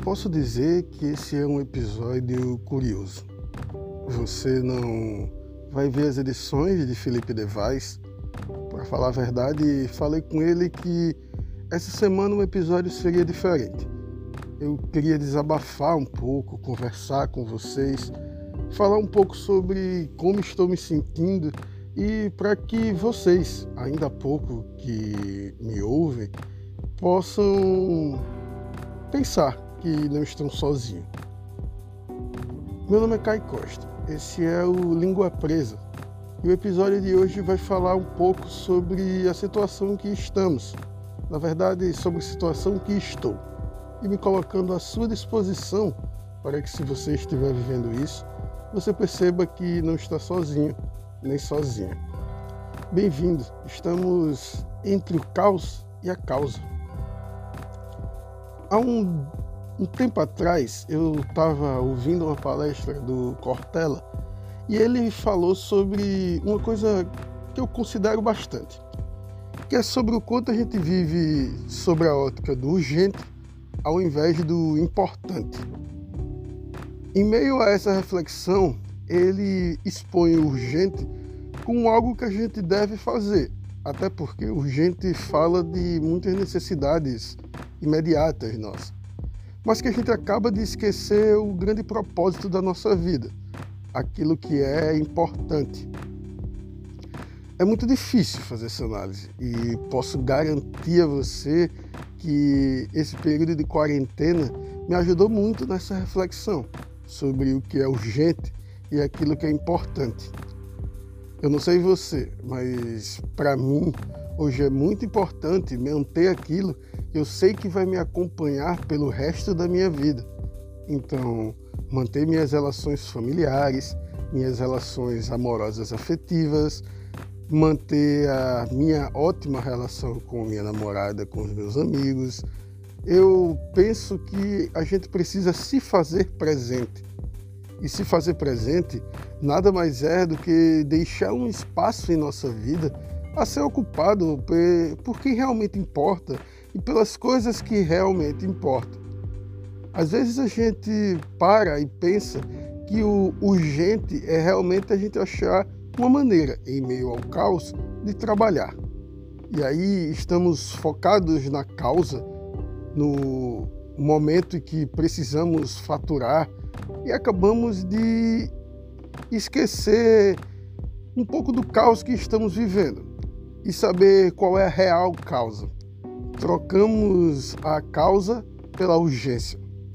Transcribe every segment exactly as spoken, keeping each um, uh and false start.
posso dizer que esse é um episódio curioso. Você não vai ver as edições de Felipe Devais. Para falar a verdade, falei com ele que essa semana o episódio seria diferente. Eu queria desabafar um pouco, conversar com vocês, falar um pouco sobre como estou me sentindo e para que vocês, ainda há pouco que me ouvem, possam pensar que não estão sozinhos. Meu nome é Caio Costa, esse é o Língua Presa e o episódio de hoje vai falar um pouco sobre a situação em que estamos, na verdade sobre a situação que estou, e me colocando à sua disposição para que, se você estiver vivendo isso, você perceba que não está sozinho, nem sozinha. Bem-vindo, estamos entre o caos e a causa. Há um, um tempo atrás, eu estava ouvindo uma palestra do Cortella e ele falou sobre uma coisa que eu considero bastante, que é sobre o quanto a gente vive sobre a ótica do urgente ao invés do importante. Em meio a essa reflexão, ele expõe o urgente como algo que a gente deve fazer, até porque o urgente fala de muitas necessidades imediatas nossas, mas que a gente acaba de esquecer o grande propósito da nossa vida, aquilo que é importante. É muito difícil fazer essa análise e posso garantir a você que esse período de quarentena me ajudou muito nessa reflexão sobre o que é urgente e aquilo que é importante. Eu não sei você, mas para mim hoje é muito importante manter aquilo que eu sei que vai me acompanhar pelo resto da minha vida. Então, manter minhas relações familiares, minhas relações amorosas afetivas, manter a minha ótima relação com minha namorada, com os meus amigos. Eu penso que a gente precisa se fazer presente. E se fazer presente nada mais é do que deixar um espaço em nossa vida a ser ocupado por quem realmente importa e pelas coisas que realmente importam. Às vezes a gente para e pensa que o urgente é realmente a gente achar uma maneira, em meio ao caos, de trabalhar. E aí estamos focados na causa, no momento em que precisamos faturar, e acabamos de esquecer um pouco do caos que estamos vivendo e saber qual é a real causa. Trocamos a causa pela urgência.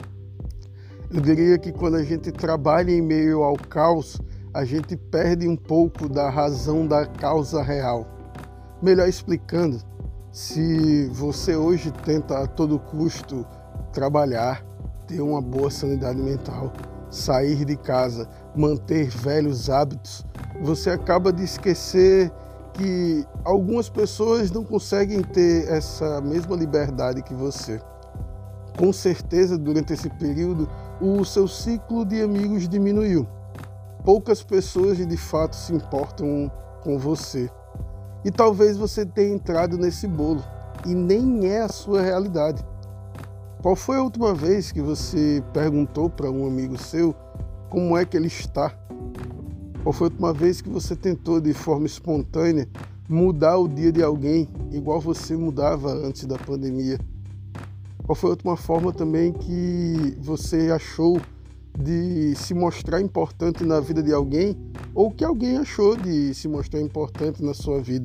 Eu diria que quando a gente trabalha em meio ao caos, a gente perde um pouco da razão da causa real. Melhor explicando, se você hoje tenta a todo custo trabalhar, ter uma boa sanidade mental, sair de casa, manter velhos hábitos, você acaba de esquecer que algumas pessoas não conseguem ter essa mesma liberdade que você. Com certeza, durante esse período, o seu ciclo de amigos diminuiu. Poucas pessoas de fato se importam com você. E talvez você tenha entrado nesse bolo e nem é a sua realidade. Qual foi a última vez que você perguntou para um amigo seu como é que ele está? Qual foi a última vez que você tentou de forma espontânea mudar o dia de alguém igual você mudava antes da pandemia? Qual foi a última forma também que você achou de se mostrar importante na vida de alguém ou que alguém achou de se mostrar importante na sua vida?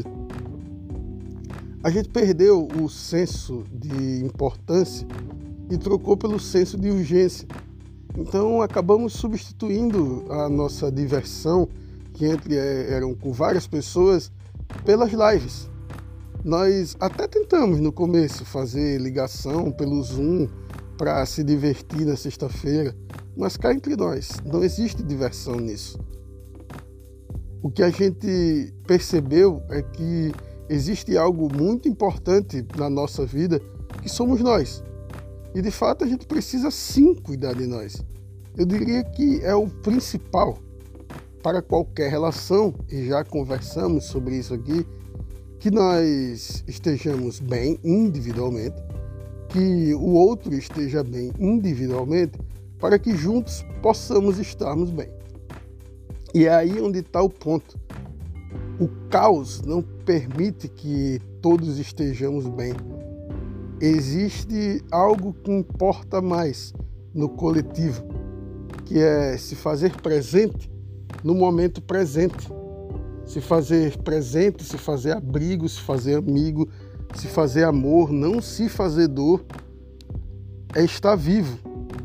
A gente perdeu o senso de importância e trocou pelo senso de urgência. Então acabamos substituindo a nossa diversão, que entre eram com várias pessoas, pelas lives. Nós até tentamos no começo fazer ligação pelo Zoom para se divertir na sexta-feira, mas cá entre nós, não existe diversão nisso. O que a gente percebeu é que existe algo muito importante na nossa vida, que somos nós. E de fato a gente precisa sim cuidar de nós. Eu diria que é o principal para qualquer relação, e já conversamos sobre isso aqui, que nós estejamos bem individualmente, que o outro esteja bem individualmente, para que juntos possamos estarmos bem. E é aí onde está o ponto. O caos não permite que todos estejamos bem. Existe algo que importa mais no coletivo, que é se fazer presente no momento presente. Se fazer presente, se fazer abrigo, se fazer amigo, se fazer amor, não se fazer dor, é estar vivo.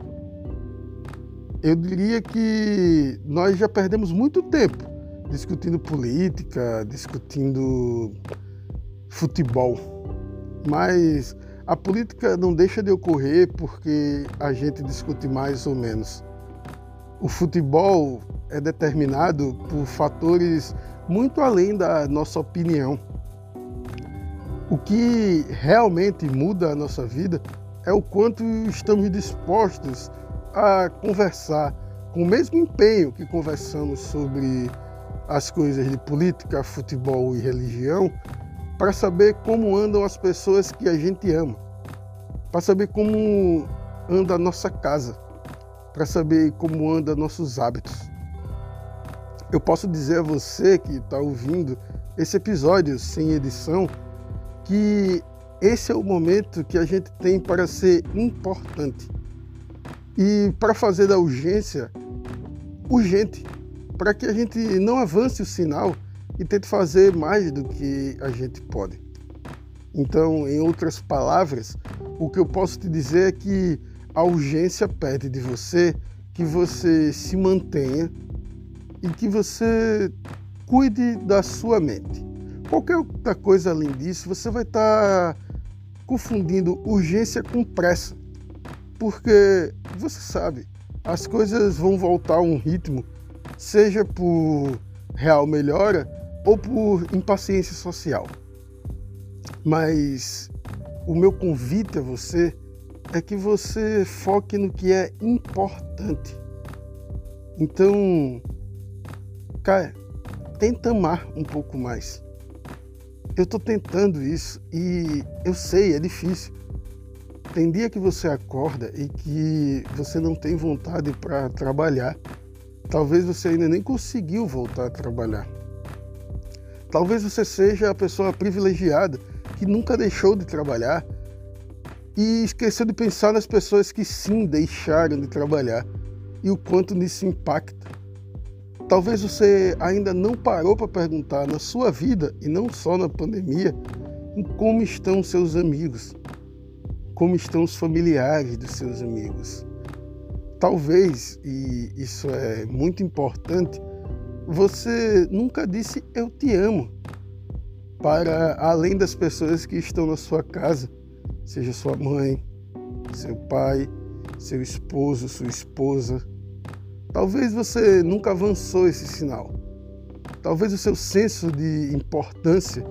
Eu diria que nós já perdemos muito tempo discutindo política, discutindo futebol, mas a política não deixa de ocorrer porque a gente discute mais ou menos. O futebol é determinado por fatores muito além da nossa opinião. O que realmente muda a nossa vida é o quanto estamos dispostos a conversar com o mesmo empenho que conversamos sobre as coisas de política, futebol e religião, para saber como andam as pessoas que a gente ama, para saber como anda a nossa casa, para saber como andam nossos hábitos. Eu posso dizer a você que está ouvindo esse episódio sem edição que esse é o momento que a gente tem para ser importante e para fazer da urgência urgente, para que a gente não avance o sinal e tente fazer mais do que a gente pode. Então, em outras palavras, o que eu posso te dizer é que a urgência pede de você que você se mantenha e que você cuide da sua mente. Qualquer outra coisa além disso, você vai estar confundindo urgência com pressa, porque você sabe, as coisas vão voltar a um ritmo, seja por real melhora ou por impaciência social. Mas o meu convite a você é que você foque no que é importante. Então, cara, tenta amar um pouco mais. Eu estou tentando isso e eu sei, é difícil. Tem dia que você acorda e que você não tem vontade para trabalhar. Talvez você ainda nem conseguiu voltar a trabalhar. Talvez você seja a pessoa privilegiada que nunca deixou de trabalhar e esqueceu de pensar nas pessoas que sim deixaram de trabalhar e o quanto nisso impacta. Talvez você ainda não parou para perguntar na sua vida, e não só na pandemia, em como estão seus amigos, como estão os familiares dos seus amigos. Talvez, e isso é muito importante, você nunca disse eu te amo para além das pessoas que estão na sua casa, seja sua mãe, seu pai, seu esposo, sua esposa. Talvez você nunca avançou esse sinal. Talvez o seu senso de importância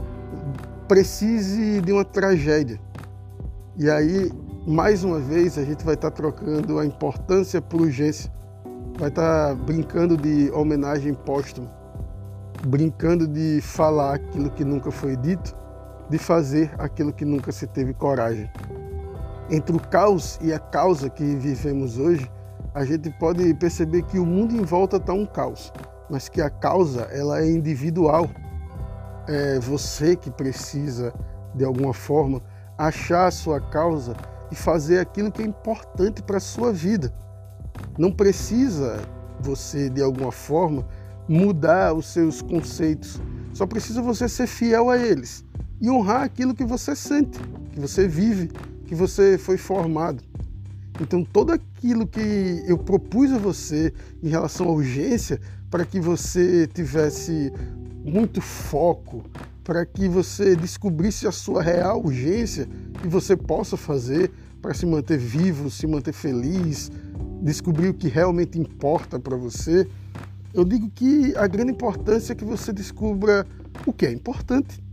precise de uma tragédia. E aí, mais uma vez, a gente vai estar trocando a importância por urgência. Vai estar brincando de homenagem póstuma, brincando de falar aquilo que nunca foi dito, de fazer aquilo que nunca se teve coragem. Entre o caos e a causa que vivemos hoje, a gente pode perceber que o mundo em volta está um caos, mas que a causa ela é individual. É você que precisa, de alguma forma, achar a sua causa e fazer aquilo que é importante para a sua vida. Não precisa você, de alguma forma, mudar os seus conceitos. Só precisa você ser fiel a eles e honrar aquilo que você sente, que você vive, que você foi formado. Então, tudo aquilo que eu propus a você em relação à urgência, para que você tivesse muito foco, para que você descobrisse a sua real urgência e você possa fazer para se manter vivo, se manter feliz, descobrir o que realmente importa para você, eu digo que a grande importância é que você descubra o que é importante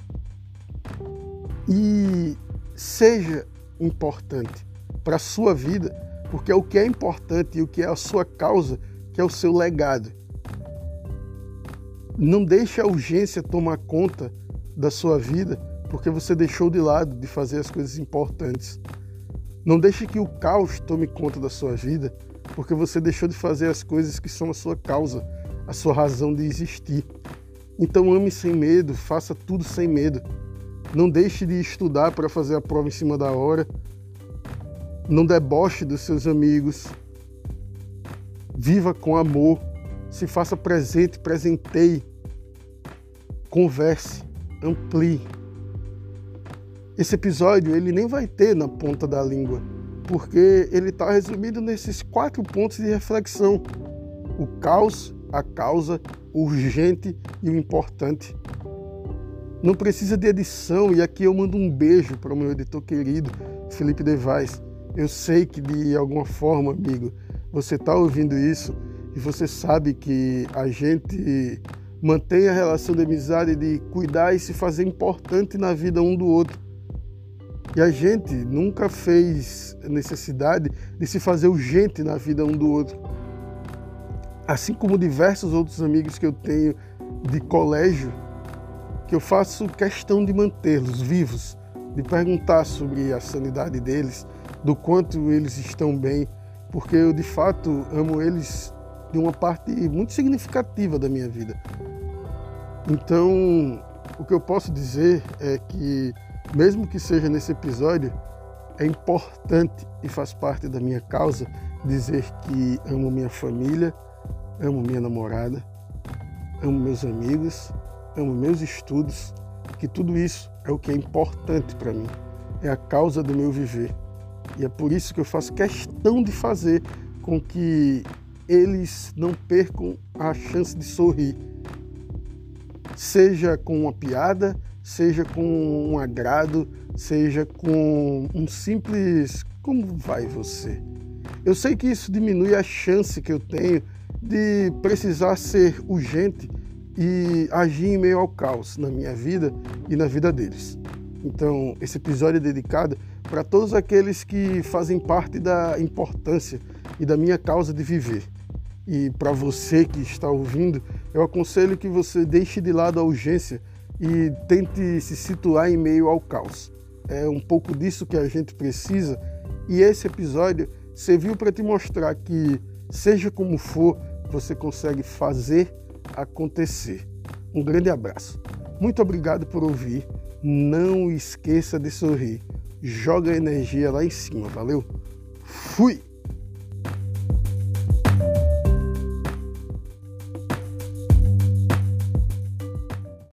e seja importante para a sua vida, porque é o que é importante e o que é a sua causa, que é o seu legado. Não deixe a urgência tomar conta da sua vida, porque você deixou de lado de fazer as coisas importantes. Não deixe que o caos tome conta da sua vida, porque você deixou de fazer as coisas que são a sua causa, a sua razão de existir. Então ame sem medo, faça tudo sem medo. Não deixe de estudar para fazer a prova em cima da hora. Não deboche dos seus amigos. Viva com amor. Se faça presente, presenteie. Converse, amplie. Esse episódio ele nem vai ter na ponta da língua, porque ele está resumido nesses quatro pontos de reflexão: o caos, a causa, o urgente e o importante. Não precisa de edição, e aqui eu mando um beijo para o meu editor querido, Felipe Devais. Eu sei que de alguma forma, amigo, você está ouvindo isso e você sabe que a gente mantém a relação de amizade, de cuidar e se fazer importante na vida um do outro. E a gente nunca fez necessidade de se fazer urgente na vida um do outro. Assim como diversos outros amigos que eu tenho de colégio, que eu faço questão de mantê-los vivos, de perguntar sobre a sanidade deles, do quanto eles estão bem, porque eu de fato amo eles de uma parte muito significativa da minha vida. Então, o que eu posso dizer é que, mesmo que seja nesse episódio, é importante e faz parte da minha causa dizer que amo minha família, amo minha namorada, amo meus amigos, amo meus estudos, que tudo isso é o que é importante para mim, é a causa do meu viver. E é por isso que eu faço questão de fazer com que eles não percam a chance de sorrir. Seja com uma piada, seja com um agrado, seja com um simples "como vai você?". Eu sei que isso diminui a chance que eu tenho de precisar ser urgente e agir em meio ao caos na minha vida e na vida deles. Então, esse episódio é dedicado para todos aqueles que fazem parte da importância e da minha causa de viver. E para você que está ouvindo, eu aconselho que você deixe de lado a urgência e tente se situar em meio ao caos. É um pouco disso que a gente precisa, e esse episódio serviu para te mostrar que, seja como for, você consegue fazer acontecer. Um grande abraço. Muito obrigado por ouvir. Não esqueça de sorrir. Joga a energia lá em cima, valeu? Fui!